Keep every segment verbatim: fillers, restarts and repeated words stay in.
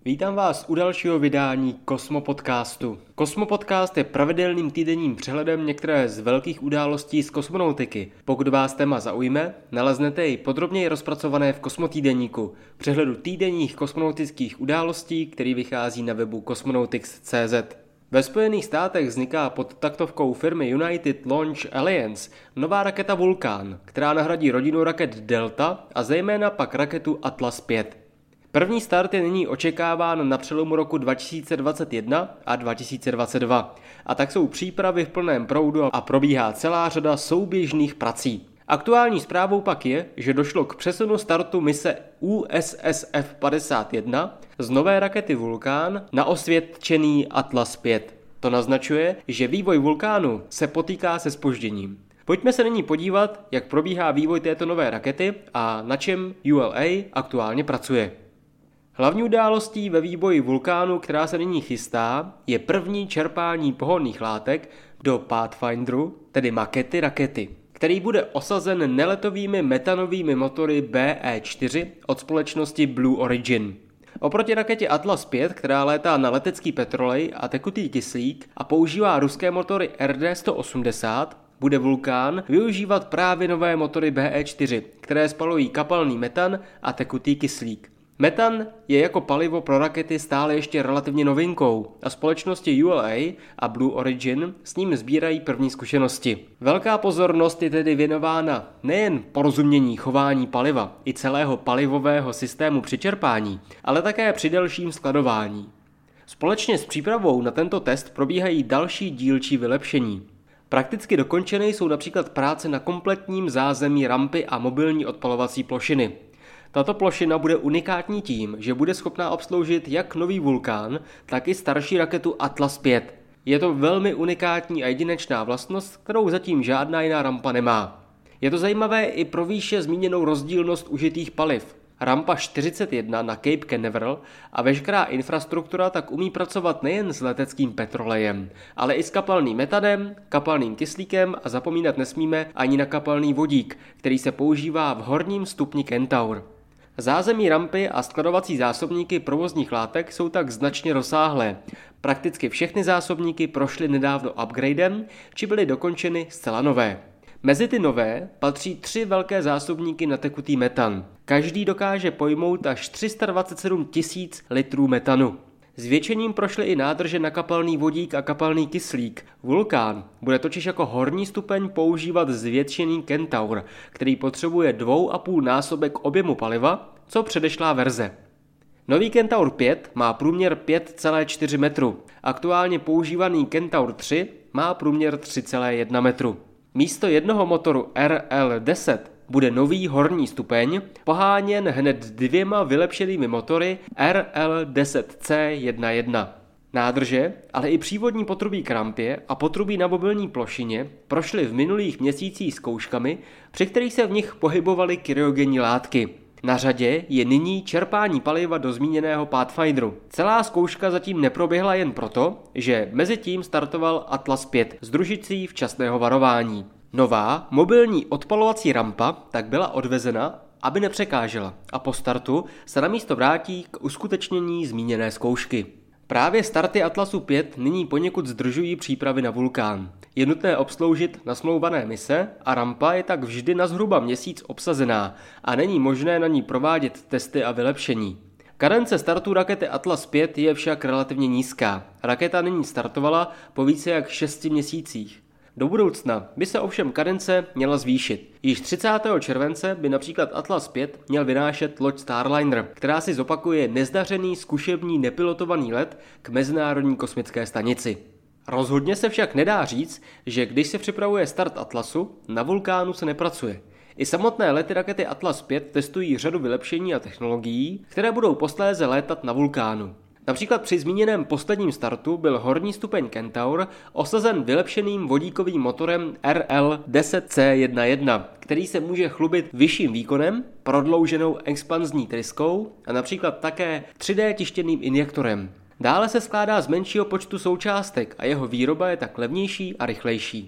Vítám vás u dalšího vydání Kosmo Podcastu. Kosmo Podcast je pravidelným týdenním přehledem některé z velkých událostí z kosmonautiky. Pokud vás téma zaujme, naleznete jej podrobněji rozpracované v Kosmotýdeníku, přehledu týdenních kosmonautických událostí, který vychází na webu cosmonautics tečka cé zet. Ve Spojených státech vzniká pod taktovkou firmy United Launch Alliance nová raketa Vulcan, která nahradí rodinnou raket Delta a zejména pak raketu Atlas pět. První start je nyní očekáván na přelomu roku dva tisíce dvacet jedna a dva tisíce dvacet dva a tak jsou přípravy v plném proudu a probíhá celá řada souběžných prací. Aktuální zprávou pak je, že došlo k přesunu startu mise U S S F padesát jedna z nové rakety Vulcan na osvědčený Atlas pět. To naznačuje, že vývoj Vulcanu se potýká se zpožděním. Pojďme se nyní podívat, jak probíhá vývoj této nové rakety a na čem U L A aktuálně pracuje. Hlavní událostí ve vývoji Vulcanu, která se nyní chystá, je první čerpání pohonných látek do Pathfinderu, tedy makety rakety, který bude osazen neletovými metanovými motory B E čtyři od společnosti Blue Origin. Oproti raketě Atlas pět, která létá na letecký petrolej a tekutý kyslík a používá ruské motory R D sto osmdesát, bude Vulcan využívat právě nové motory B E čtyři, které spalují kapalný metan a tekutý kyslík. Metan je jako palivo pro rakety stále ještě relativně novinkou a společnosti U L A a Blue Origin s ním sbírají první zkušenosti. Velká pozornost je tedy věnována nejen porozumění chování paliva i celého palivového systému při čerpání, ale také při delším skladování. Společně s přípravou na tento test probíhají další dílčí vylepšení. Prakticky dokončené jsou například práce na kompletním zázemí rampy a mobilní odpalovací plošiny. Tato plošina bude unikátní tím, že bude schopná obsloužit jak nový Vulcan, tak i starší raketu Atlas pět. Je to velmi unikátní a jedinečná vlastnost, kterou zatím žádná jiná rampa nemá. Je to zajímavé i pro výše zmíněnou rozdílnost užitých paliv. Rampa čtyřicet jedna na Cape Canaveral a veškerá infrastruktura tak umí pracovat nejen s leteckým petrolejem, ale i s kapalným metanem, kapalným kyslíkem a zapomínat nesmíme ani na kapalný vodík, který se používá v horním stupni Kentaur. Zázemí rampy a skladovací zásobníky provozních látek jsou tak značně rozsáhlé. Prakticky všechny zásobníky prošly nedávno upgradem, či byly dokončeny zcela nové. Mezi ty nové patří tři velké zásobníky na tekutý metan. Každý dokáže pojmout až tři sta dvacet sedm tisíc litrů metanu. Zvětšením prošly i nádrže na kapalný vodík a kapalný kyslík. Vulcan bude totiž jako horní stupeň používat zvětšený Kentaur, který potřebuje dvou a půl násobek objemu paliva, co předešlá verze. Nový Kentaur pět má průměr pět celá čtyři metru. Aktuálně používaný Kentaur tři má průměr tři celá jedna metru. Místo jednoho motoru R L deset bude nový horní stupeň, poháněn hned dvěma vylepšenými motory R L deset C jedna. Nádrže, ale i přívodní potrubí k rampě a potrubí na mobilní plošině prošly v minulých měsících zkouškami, při kterých se v nich pohybovaly kryogenní látky. Na řadě je nyní čerpání paliva do zmíněného Pathfinderu. Celá zkouška zatím neproběhla jen proto, že mezi tím startoval Atlas pět s družicí včasného varování. Nová mobilní odpalovací rampa tak byla odvezena, aby nepřekážela, a po startu se na místo vrátí k uskutečnění zmíněné zkoušky. Právě starty Atlasu pět nyní poněkud zdržují přípravy na Vulcan. Je nutné obsloužit nasmlouvané mise a rampa je tak vždy na zhruba měsíc obsazená a není možné na ní provádět testy a vylepšení. Kadence startu rakety Atlas pět je však relativně nízká. Raketa nyní startovala po více jak šesti měsících. Do budoucna by se ovšem kadence měla zvýšit. Již třicátého července by například Atlas pět měl vynášet loď Starliner, která si zopakuje nezdařený zkušební nepilotovaný let k Mezinárodní kosmické stanici. Rozhodně se však nedá říct, že když se připravuje start Atlasu, na Vulcanu se nepracuje. I samotné lety rakety Atlas pět testují řadu vylepšení a technologií, které budou posléze létat na Vulcanu. Například při zmíněném posledním startu byl horní stupeň Kentaur osazen vylepšeným vodíkovým motorem R L deset C jedna, který se může chlubit vyšším výkonem, prodlouženou expanzní tryskou a například také tři dé tištěným injektorem. Dále se skládá z menšího počtu součástek a jeho výroba je tak levnější a rychlejší.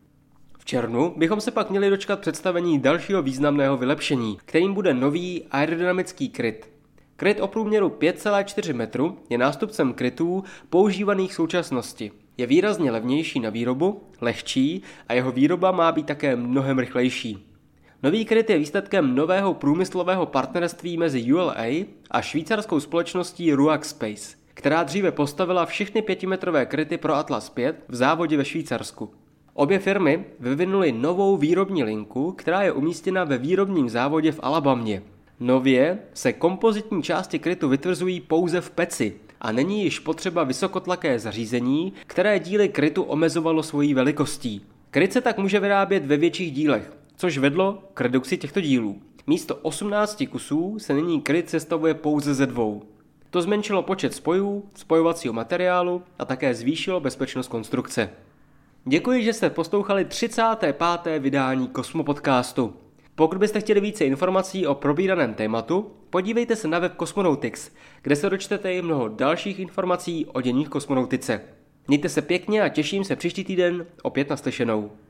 V červnu bychom se pak měli dočkat představení dalšího významného vylepšení, kterým bude nový aerodynamický kryt. Kryt o průměru pět celá čtyři metru je nástupcem krytů používaných v současnosti. Je výrazně levnější na výrobu, lehčí a jeho výroba má být také mnohem rychlejší. Nový kryt je výsledkem nového průmyslového partnerství mezi U L A a švýcarskou společností Ruacspace, která dříve postavila všechny pětimetrové kryty pro Atlas pět v závodě ve Švýcarsku. Obě firmy vyvinuly novou výrobní linku, která je umístěna ve výrobním závodě v Alabamě. Nově se kompozitní části krytu vytvrzují pouze v peci a není již potřeba vysokotlaké zařízení, které díly krytu omezovalo svojí velikostí. Kryt se tak může vyrábět ve větších dílech, což vedlo k redukci těchto dílů. Místo osmnácti kusů se nyní kryt sestavuje pouze ze dvou. To zmenšilo počet spojů, spojovacího materiálu a také zvýšilo bezpečnost konstrukce. Děkuji, že jste poslouchali třicáté páté vydání Kosmo podcastu. Pokud byste chtěli více informací o probíraném tématu, podívejte se na web Cosmonautics, kde se dočtete i mnoho dalších informací o dění v kosmonautice. Mějte se pěkně a těším se příští týden opět naslyšenou.